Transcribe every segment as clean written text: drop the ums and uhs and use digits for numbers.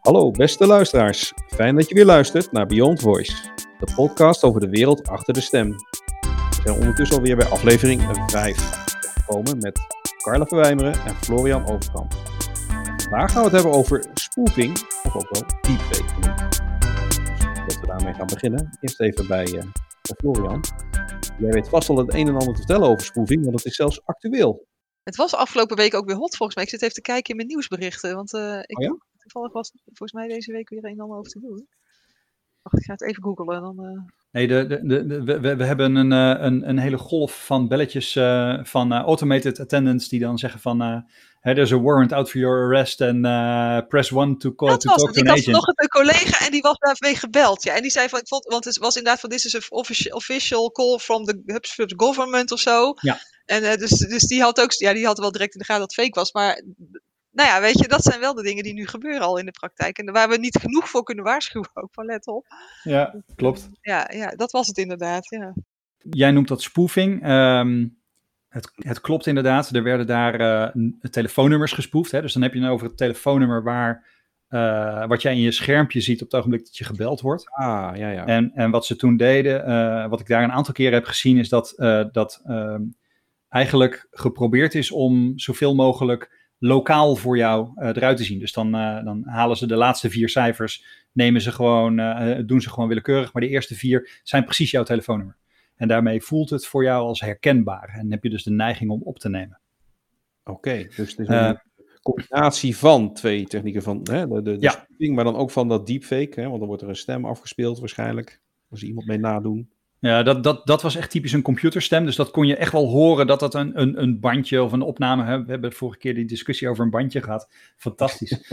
Hallo beste luisteraars, fijn dat je weer luistert naar Beyond Voice, de podcast over de wereld achter de stem. We zijn ondertussen alweer bij aflevering 5 gekomen met Carla Verwijmeren en Florian Overkamp. Vandaag gaan we het hebben over spoofing, of ook wel deepfake genoemd. Voordat we daarmee gaan beginnen, eerst even bij Florian. Jij weet vast al het een en ander te vertellen over spoofing, want het is zelfs actueel. Het was afgelopen week ook weer hot volgens mij. Ik zit even te kijken in mijn nieuwsberichten. Want toevallig was volgens mij deze week weer een en ander over te doen. Wacht, ik ga het even googlen. Dan, Nee, we hebben een hele golf van belletjes van automated attendants die dan zeggen van... there's a warrant out for your arrest and press 1 to talk to an agent. Ik had vanochtend een collega en die was daarmee gebeld. Ja, en die zei van, want het was inderdaad van, this is an official call from the HubSpot government of zo. Ja. En dus die had ook, ja, die had wel direct in de gaten dat het fake was. Maar nou ja, weet je, dat zijn wel de dingen die nu gebeuren al in de praktijk. En waar we niet genoeg voor kunnen waarschuwen ook, van let op. Ja, klopt. Ja, dat was het inderdaad, ja. Jij noemt dat spoofing. Het klopt inderdaad. Er werden daar telefoonnummers gespoefd. Hè? Dus dan heb je het over het telefoonnummer wat jij in je schermpje ziet op het ogenblik dat je gebeld wordt. Ah, ja. En wat ze toen deden, wat ik daar een aantal keren heb gezien, is dat eigenlijk geprobeerd is om zoveel mogelijk lokaal voor jou eruit te zien. Dus dan halen ze de laatste 4 cijfers, doen ze gewoon willekeurig, maar de eerste 4 zijn precies jouw telefoonnummer. En daarmee voelt het voor jou als herkenbaar. En heb je dus de neiging om op te nemen. Oké, dus het is een combinatie van 2 technieken van de spoofing, maar dan ook van dat deepfake. Hè, want dan wordt er een stem afgespeeld waarschijnlijk. Als iemand mee nadoen. Ja, dat was echt typisch een computerstem. Dus dat kon je echt wel horen dat dat een bandje of een opname... We hebben vorige keer die discussie over een bandje gehad. Fantastisch.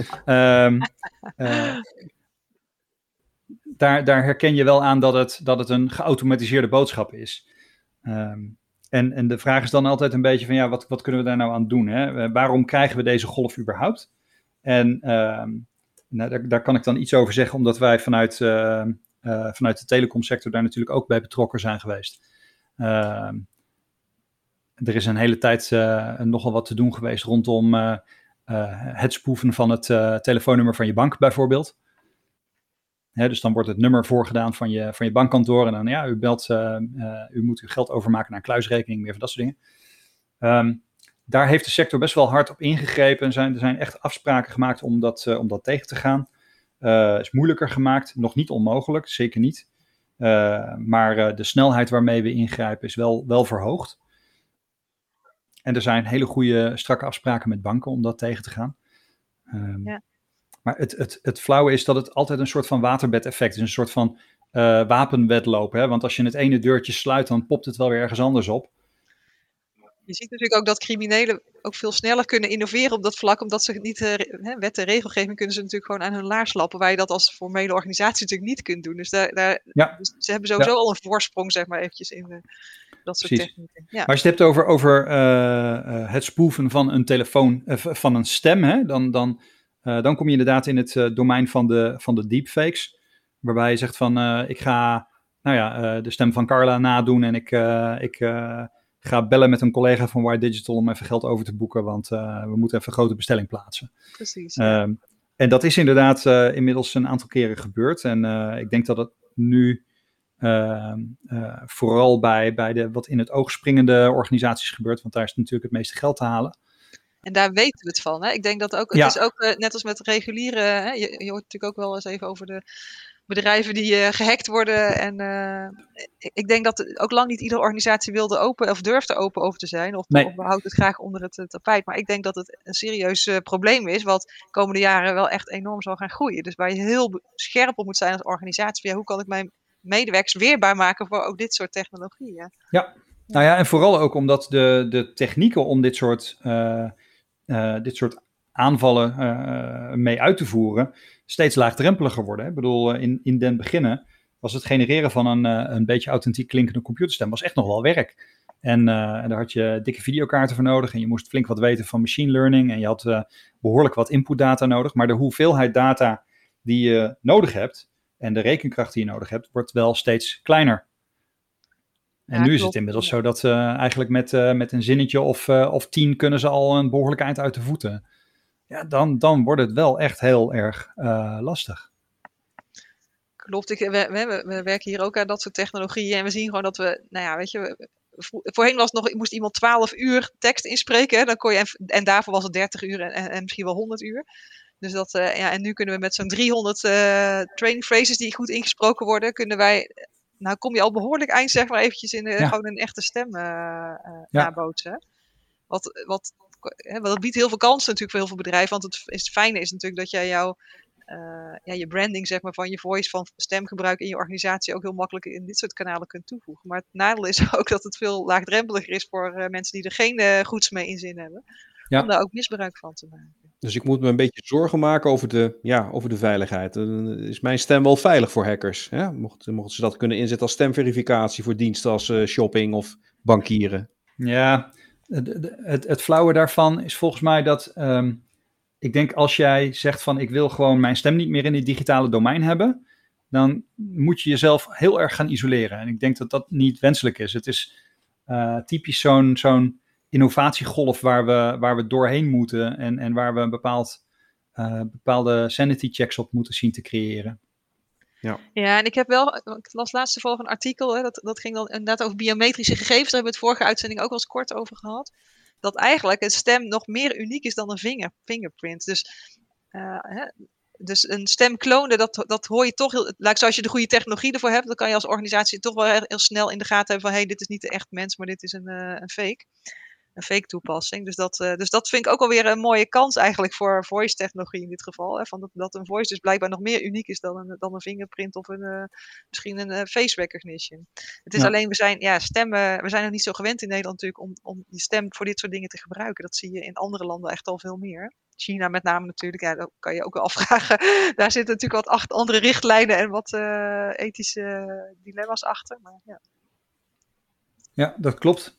Daar herken je wel aan dat het een geautomatiseerde boodschap is. En de vraag is dan altijd een beetje van... ja, wat kunnen we daar nou aan doen? Hè? Waarom krijgen we deze golf überhaupt? En daar kan ik dan iets over zeggen... omdat wij vanuit de telecomsector daar natuurlijk ook bij betrokken zijn geweest. Er is een hele tijd nogal wat te doen geweest... rondom het spoeven van het telefoonnummer van je bank bijvoorbeeld... Dus dan wordt het nummer voorgedaan van je bankkantoor. En dan, ja, u belt, u moet uw geld overmaken naar een kluisrekening, meer van dat soort dingen. Daar heeft de sector best wel hard op ingegrepen. En er zijn echt afspraken gemaakt om dat tegen te gaan. Is moeilijker gemaakt, nog niet onmogelijk, zeker niet. Maar de snelheid waarmee we ingrijpen is wel verhoogd. En er zijn hele goede, strakke afspraken met banken om dat tegen te gaan. Ja. Maar het flauwe is dat het altijd een soort van waterbedeffect is. Een soort van wapenwedloop. Hè? Want als je het ene deurtje sluit, dan popt het wel weer ergens anders op. Je ziet natuurlijk ook dat criminelen ook veel sneller kunnen innoveren op dat vlak. Omdat ze niet, wet en regelgeving kunnen ze natuurlijk gewoon aan hun laars lappen. Waar je dat als formele organisatie natuurlijk niet kunt doen. Dus dus ze hebben sowieso al een voorsprong, zeg maar eventjes in dat soort technieken. Ja. Maar als je het hebt over het spoeven van een telefoon, van een stem, hè, dan kom je inderdaad in het domein van de deepfakes. Waarbij je zegt van, ik ga de stem van Carla nadoen en ik ga bellen met een collega van White Digital om even geld over te boeken, want we moeten even een grote bestelling plaatsen. Precies. En dat is inderdaad inmiddels een aantal keren gebeurd. En ik denk dat het nu vooral bij de wat in het oog springende organisaties gebeurt, want daar is natuurlijk het meeste geld te halen. En daar weten we het van. Hè? Ik denk dat ook, het is ook net als met reguliere, je hoort natuurlijk ook wel eens even over de bedrijven die gehackt worden. En ik denk dat ook lang niet iedere organisatie wilde open of durfde open over te zijn. Of behoudt het graag onder het tapijt. Maar ik denk dat het een serieus probleem is, wat de komende jaren wel echt enorm zal gaan groeien. Dus waar je heel scherp op moet zijn als organisatie. Ja, hoe kan ik mijn medewerkers weerbaar maken voor ook dit soort technologieën? Ja. Nou ja, en vooral ook omdat de technieken om dit soort aanvallen mee uit te voeren steeds laagdrempeliger worden. Hè? Ik bedoel, in den beginnen was het genereren van een beetje authentiek klinkende computerstem was echt nog wel werk. En daar had je dikke videokaarten voor nodig en je moest flink wat weten van machine learning en je had behoorlijk wat inputdata nodig. Maar de hoeveelheid data die je nodig hebt en de rekenkracht die je nodig hebt, wordt wel steeds kleiner. En nu is het inmiddels zo dat eigenlijk met een zinnetje of 10 kunnen ze al een behoorlijk eind uit de voeten. ja, dan wordt het wel echt heel erg lastig. Klopt, we werken hier ook aan dat soort technologieën en we zien gewoon dat we, nou ja, weet je, voorheen was het nog, moest iemand 12 uur tekst inspreken, hè, dan kon je, en daarvoor was het 30 uur en misschien wel 100 uur. Dus dat, en nu kunnen we met zo'n 300 training phrases die goed ingesproken worden, kunnen wij, nou kom je al behoorlijk eind, zeg maar eventjes in gewoon een echte stem nabootsen. Dat biedt heel veel kansen natuurlijk voor heel veel bedrijven, want het fijne is natuurlijk dat jij je branding, zeg maar, van je voice, van stemgebruik in je organisatie ook heel makkelijk in dit soort kanalen kunt toevoegen. Maar het nadeel is ook dat het veel laagdrempeliger is voor mensen die er geen goeds mee in zin hebben, om daar ook misbruik van te maken. Dus ik moet me een beetje zorgen maken over de veiligheid. Is mijn stem wel veilig voor hackers? Hè? Mochten ze dat kunnen inzetten als stemverificatie voor diensten als shopping of bankieren? Ja, het flauwe daarvan is volgens mij dat... ik denk als jij zegt van ik wil gewoon mijn stem niet meer in het digitale domein hebben, dan moet je jezelf heel erg gaan isoleren. En ik denk dat dat niet wenselijk is. Het is typisch zo'n innovatiegolf waar we doorheen moeten en waar we een bepaalde sanity checks op moeten zien te creëren. Ja, en ik las laatst toevallig een artikel, hè, dat ging dan inderdaad over biometrische gegevens. Daar hebben we het vorige uitzending ook wel eens kort over gehad. Dat eigenlijk een stem nog meer uniek is dan een fingerprint. Dus een stem klonen, dat hoor je toch heel... Als je de goede technologie ervoor hebt, dan kan je als organisatie toch wel heel snel in de gaten hebben van hey, dit is niet de echt mens, maar dit is een fake. Een fake toepassing. Dus dat vind ik ook alweer een mooie kans eigenlijk voor voice technologie in dit geval. Hè, van dat een voice dus blijkbaar nog meer uniek is dan een fingerprint of misschien een face recognition. Het is alleen, we zijn nog niet zo gewend in Nederland natuurlijk om je stem voor dit soort dingen te gebruiken. Dat zie je in andere landen echt al veel meer. China met name natuurlijk, ja, dat kan je ook wel afvragen. Daar zitten natuurlijk wat andere richtlijnen en wat ethische dilemma's achter. Maar, ja, dat klopt.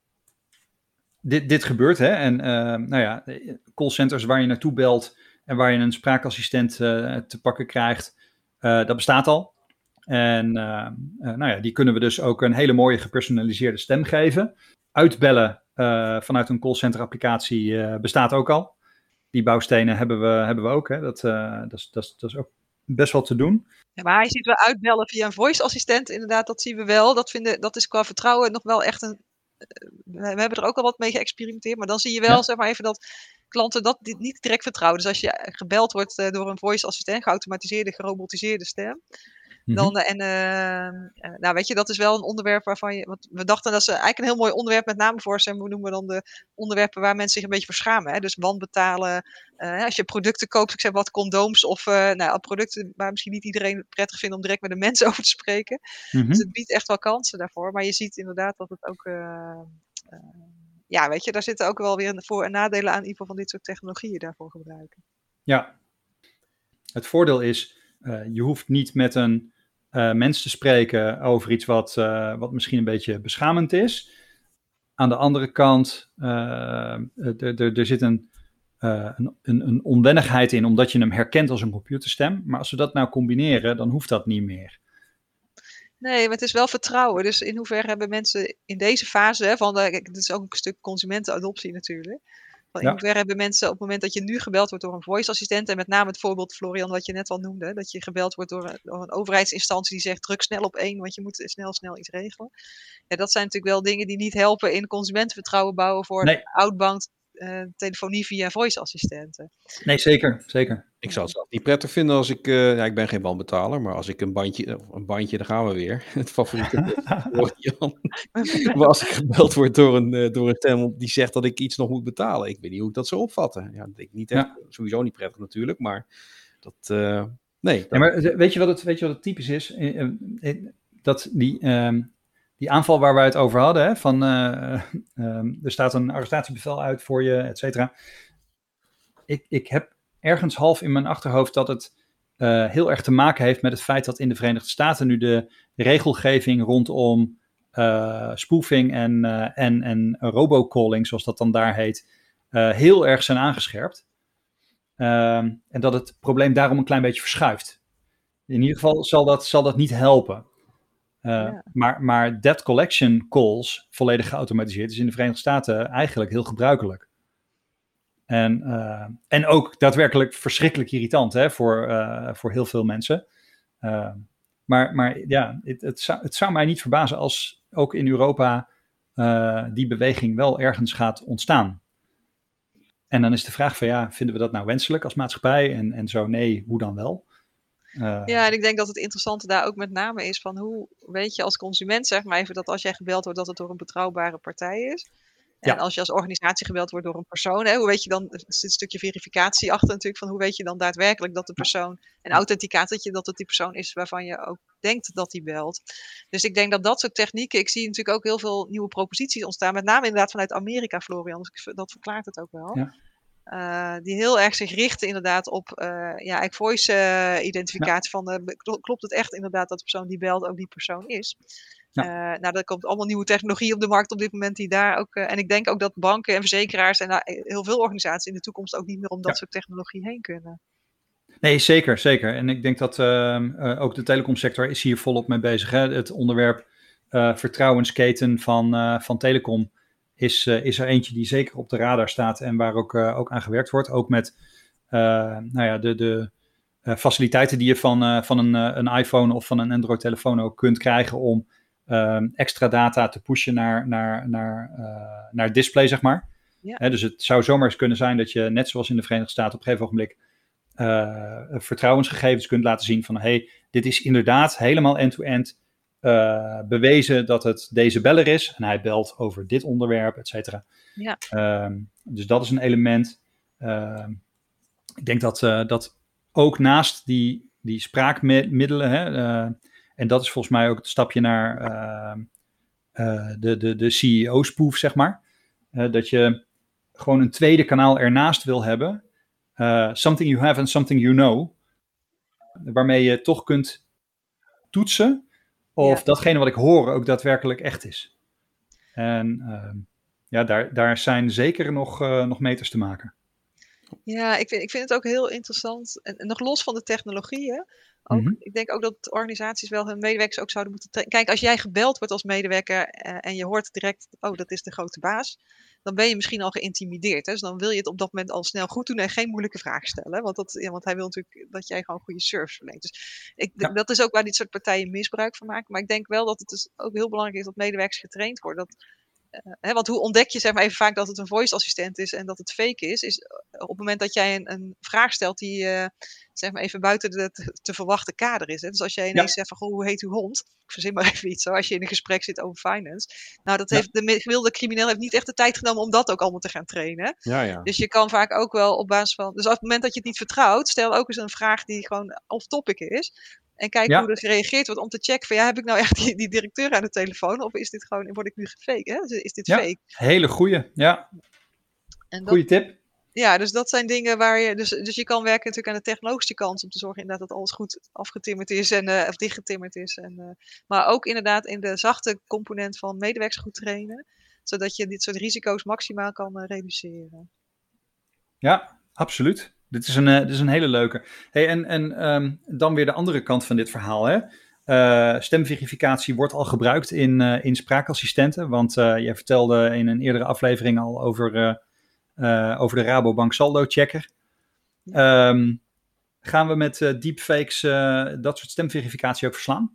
Dit gebeurt, hè? En callcenters waar je naartoe belt en waar je een spraakassistent te pakken krijgt, dat bestaat al. En die kunnen we dus ook een hele mooie gepersonaliseerde stem geven. Uitbellen vanuit een callcenter applicatie bestaat ook al. Die bouwstenen hebben we ook. Hè? Dat is ook best wel te doen. Ja, maar je ziet wel uitbellen via een voice assistent, inderdaad, dat zien we wel. Dat is qua vertrouwen nog wel echt we hebben er ook al wat mee geëxperimenteerd, maar dan zie je wel zeg maar even dat klanten dat niet direct vertrouwen. Dus als je gebeld wordt door een voice assistent, geautomatiseerde, gerobotiseerde stem, dan, weet je, dat is wel een onderwerp waarvan want we dachten dat is eigenlijk een heel mooi onderwerp, met name voor we noemen dan de onderwerpen waar mensen zich een beetje voor schamen. Hè? Dus wanbetalen, als je producten koopt, ik zeg wat condooms of producten waar misschien niet iedereen prettig vindt om direct met een mens over te spreken. Dus het biedt echt wel kansen daarvoor, maar je ziet inderdaad dat het ook, weet je, daar zitten ook wel weer voor- en nadelen aan in ieder geval van dit soort technologieën daarvoor gebruiken. Ja, het voordeel is, je hoeft niet met een mens te spreken over iets wat misschien een beetje beschamend is. Aan de andere kant, er zit een onwennigheid in, omdat je hem herkent als een computerstem. Maar als we dat nou combineren, dan hoeft dat niet meer. Nee, maar het is wel vertrouwen. Dus in hoeverre hebben mensen in deze fase, het is ook een stuk consumentenadoptie natuurlijk. In hoeverre hebben mensen op het moment dat je nu gebeld wordt door een voice assistent, en met name het voorbeeld, Florian, wat je net al noemde, dat je gebeld wordt door een overheidsinstantie die zegt druk snel op 1, want je moet snel iets regelen. Ja, dat zijn natuurlijk wel dingen die niet helpen in consumentenvertrouwen bouwen voor outbound telefonie via voice assistenten. Nee, zeker. Ik zou het zelf niet prettig vinden als ik ben geen wanbetaler, maar als ik een bandje, daar gaan we weer. Het favoriete Jan. Maar als ik gebeld word door een stem die zegt dat ik iets nog moet betalen, ik weet niet hoe ik dat zou opvatten. Ja, dat denk ik niet echt, sowieso niet prettig natuurlijk, maar dat, nee. Ja, maar weet je wat het typisch is? Dat die aanval waar wij het over hadden, hè, van er staat een arrestatiebevel uit voor je, et cetera. Ik heb ergens half in mijn achterhoofd dat het heel erg te maken heeft met het feit dat in de Verenigde Staten nu de regelgeving rondom spoofing en robocalling, zoals dat dan daar heet, heel erg zijn aangescherpt. En dat het probleem daarom een klein beetje verschuift. In ieder geval zal dat niet helpen. Maar debt collection calls, volledig geautomatiseerd, is in de Verenigde Staten eigenlijk heel gebruikelijk. En ook daadwerkelijk verschrikkelijk irritant, hè, voor heel veel mensen. Maar ja, het zou mij niet verbazen als ook in Europa die beweging wel ergens gaat ontstaan. En dan is de vraag van ja, vinden we dat nou wenselijk als maatschappij? En zo nee, hoe dan wel? Ja, en ik denk dat het interessante daar ook met name is van hoe weet je als consument, zeg maar even, dat als jij gebeld wordt dat het door een betrouwbare partij is. En als je als organisatie gebeld wordt door een persoon, hè, hoe weet je dan, er zit een stukje verificatie achter natuurlijk, van hoe weet je dan daadwerkelijk dat de persoon, en authenticatie, dat het die persoon is waarvan je ook denkt dat die belt. Dus ik denk dat dat soort technieken, ik zie natuurlijk ook heel veel nieuwe proposities ontstaan, met name inderdaad vanuit Amerika, Florian, dus dat verklaart het ook wel. Ja. Die heel erg zich richten inderdaad op voice identificatie van klopt het echt inderdaad dat de persoon die belt ook die persoon is. Nou, er komt allemaal nieuwe technologie op de markt op dit moment die daar ook, en ik denk ook dat banken en verzekeraars en heel veel organisaties in de toekomst ook niet meer om dat soort technologie heen kunnen. Nee, zeker. En ik denk dat ook de telecomsector is hier volop mee bezig. Hè? Het onderwerp vertrouwensketen van telecom is er eentje die zeker op de radar staat en waar ook aan gewerkt wordt. Ook met de faciliteiten die je van een iPhone of van een Android-telefoon ook kunt krijgen om extra data te pushen naar het display, zeg maar. Ja. Dus het zou zomaar eens kunnen zijn dat je, net zoals in de Verenigde Staten, op een gegeven ogenblik vertrouwensgegevens kunt laten zien van dit is inderdaad helemaal end-to-end bewezen dat het deze beller is en hij belt over dit onderwerp, et cetera. Ja. Dus dat is een element. Ik denk dat ook naast die spraakmiddelen, en dat is volgens mij ook het stapje naar de CEO-spoof, zeg maar, dat je gewoon een tweede kanaal ernaast wil hebben. Something you have and something you know. Waarmee je toch kunt toetsen of datgene wat ik hoor ook daadwerkelijk echt is. En daar zijn zeker nog meters te maken. Ja, ik vind het ook heel interessant. En nog los van de technologieën. Ook, ik denk ook dat organisaties wel hun medewerkers ook zouden moeten Kijk, als jij gebeld wordt als medewerker en je hoort direct, dat is de grote baas. Dan ben je misschien al geïntimideerd. Hè? Dus dan wil je het op dat moment al snel goed doen en geen moeilijke vragen stellen. Want hij wil natuurlijk dat jij gewoon goede service verleent. Dus dat is ook waar dit soort partijen misbruik van maken. Maar ik denk wel dat het dus ook heel belangrijk is dat medewerkers getraind worden. Want hoe ontdek je zeg maar even vaak dat het een voice assistent is en dat het fake is op het moment dat jij een vraag stelt die zeg maar even buiten de te verwachten kader is. Hè? Dus als jij ineens zegt van, hoe heet uw hond? Ik verzin maar even iets zo, als je in een gesprek zit over finance. Nou, dat heeft de gemiddelde crimineel heeft niet echt de tijd genomen om dat ook allemaal te gaan trainen. Ja. Dus je kan vaak ook wel op basis van, dus op het moment dat je het niet vertrouwt, stel ook eens een vraag die gewoon off-topic is. En kijk hoe er gereageerd wordt om te checken van, heb ik nou echt die directeur aan de telefoon? Of is dit gewoon, word ik nu gefake? Hè? Is dit fake? Hele goeie, goeie tip. Ja, dus dat zijn dingen waar je, dus je kan werken natuurlijk aan de technologische kant om te zorgen inderdaad dat alles goed afgetimmerd is of dichtgetimmerd is. Maar ook inderdaad in de zachte component van medewerkers goed trainen, zodat je dit soort risico's maximaal kan reduceren. Ja, absoluut. Dit is een hele leuke. En dan weer de andere kant van dit verhaal. Hè? Stemverificatie wordt al gebruikt in spraakassistenten. Want jij vertelde in een eerdere aflevering al over de Rabobank saldo checker. Gaan we met deepfakes dat soort stemverificatie ook verslaan?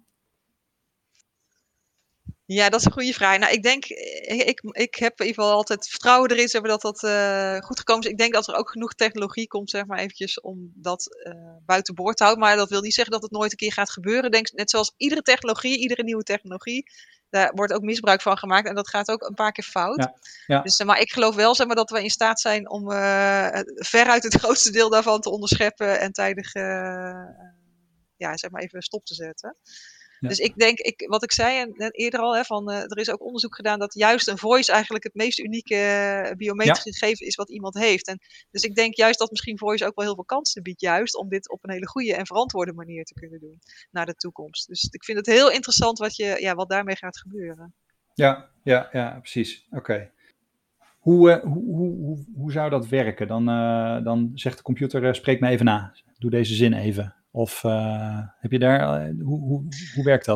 Ja, dat is een goede vraag. Nou, ik denk, ik heb in ieder geval altijd vertrouwen erin dat goed gekomen is. Ik denk dat er ook genoeg technologie komt, zeg maar eventjes, om dat buiten boord te houden. Maar dat wil niet zeggen dat het nooit een keer gaat gebeuren. Ik denk, net zoals iedere nieuwe technologie, daar wordt ook misbruik van gemaakt. En dat gaat ook een paar keer fout. Ja. Dus, maar ik geloof wel, zeg maar, dat we in staat zijn om veruit het grootste deel daarvan te onderscheppen en tijdig, zeg maar even stop te zetten. Ja. Dus ik denk, wat ik zei eerder al, er is ook onderzoek gedaan dat juist een voice eigenlijk het meest unieke biometrische gegeven is wat iemand heeft. Dus ik denk juist dat misschien voice ook wel heel veel kansen biedt, juist om dit op een hele goede en verantwoorde manier te kunnen doen naar de toekomst. Dus ik vind het heel interessant wat daarmee gaat gebeuren. Ja, precies. Oké. Hoe zou dat werken? Dan zegt de computer, spreek me even na. Doe deze zin even. Of heb je daar, hoe werkt dat?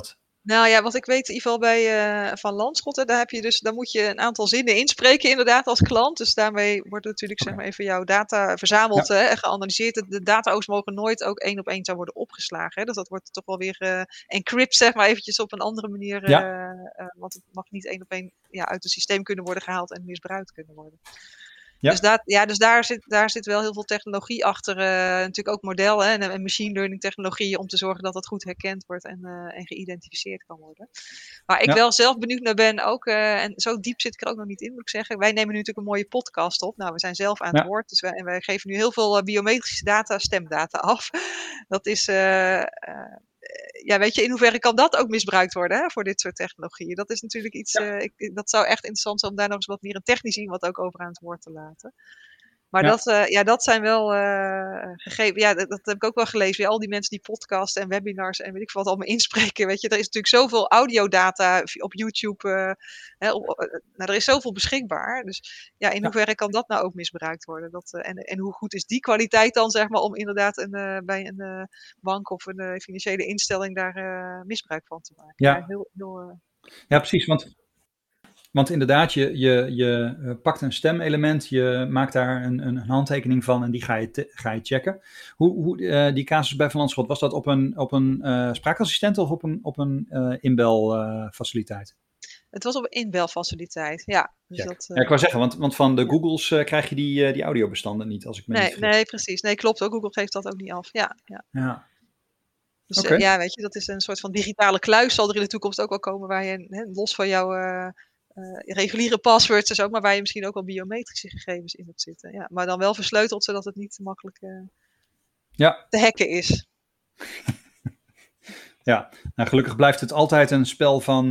Nou ja, wat ik weet in ieder geval bij Van Lanschot, daar moet je een aantal zinnen inspreken inderdaad als klant. Dus daarmee wordt natuurlijk zeg maar even jouw data verzameld en geanalyseerd. De datao's mogen nooit ook 1 op 1 zou worden opgeslagen. Hè? Dus dat wordt toch wel weer encrypt zeg maar eventjes op een andere manier. Want het mag niet 1 op 1 uit het systeem kunnen worden gehaald en misbruikt kunnen worden. Ja. Dus daar zit wel heel veel technologie achter. Natuurlijk ook modellen en machine learning technologieën om te zorgen dat dat goed herkend wordt en geïdentificeerd kan worden. Waar ik wel zelf benieuwd naar ben ook, en zo diep zit ik er ook nog niet in moet ik zeggen. Wij nemen nu natuurlijk een mooie podcast op. Nou, we zijn zelf aan het woord. Dus wij geven nu heel veel biometrische data, stemdata af. Dat is... weet je, in hoeverre kan dat ook misbruikt worden voor dit soort technologieën? Dat is natuurlijk iets, dat zou echt interessant zijn om daar nog eens wat meer een technisch iemand ook over aan het woord te laten. Maar dat zijn wel gegeven. Ja, dat heb ik ook wel gelezen. Al die mensen die podcasten en webinars en weet ik wat allemaal inspreken. Weet je, er is natuurlijk zoveel audiodata op YouTube. Er is zoveel beschikbaar. Dus in hoeverre kan dat nou ook misbruikt worden? En hoe goed is die kwaliteit dan, zeg maar, om inderdaad bij een bank of een financiële instelling daar misbruik van te maken? Ja, precies. Want inderdaad, je pakt een stemelement, je maakt daar een handtekening van en die ga je checken. Hoe die casus bij Van Lanschot, was dat op een spraakassistent of op een inbelfaciliteit? Het was op een inbelfaciliteit, ja. Dus ik wou zeggen, want van de Googles krijg je die audiobestanden niet, als ik me niet vergis. Nee, precies. Nee, klopt. Ook Google geeft dat ook niet af. Ja. Dus weet je, dat is een soort van digitale kluis, zal er in de toekomst ook wel komen, waar je los van jouw reguliere passwords dus ook, maar waar je misschien ook wel biometrische gegevens in hebt zitten. Ja, maar dan wel versleuteld, zodat het niet te makkelijk te hacken is. Ja, nou, gelukkig blijft het altijd een spel van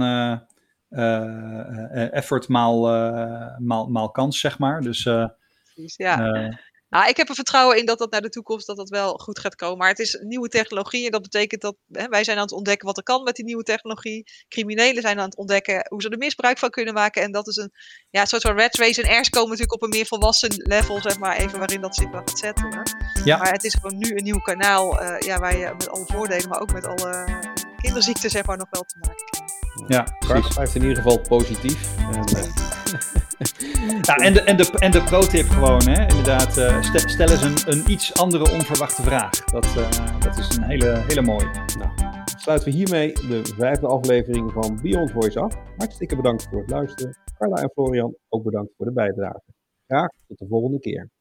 effort maal kans, zeg maar. Dus, precies, ik heb er vertrouwen in dat naar de toekomst dat wel goed gaat komen. Maar het is nieuwe technologie en dat betekent dat wij zijn aan het ontdekken wat er kan met die nieuwe technologie. Criminelen zijn aan het ontdekken hoe ze er misbruik van kunnen maken. En dat is een soort van rat race. En ergens komen natuurlijk op een meer volwassen level, zeg maar, even waarin dat zich gaat settelen. Ja. Maar het is gewoon nu een nieuw kanaal waar je met alle voordelen, maar ook met alle kinderziekten, zeg maar, nog wel te maken krijgt. Ja, precies. Het blijft in ieder geval positief. En de pro-tip gewoon, hè? Inderdaad, stel eens een iets andere onverwachte vraag. Dat is een hele mooie. Nou, sluiten we hiermee de 5e aflevering van Beyond Voice af. Hartstikke bedankt voor het luisteren. Carla en Florian, ook bedankt voor de bijdrage. Graag tot de volgende keer.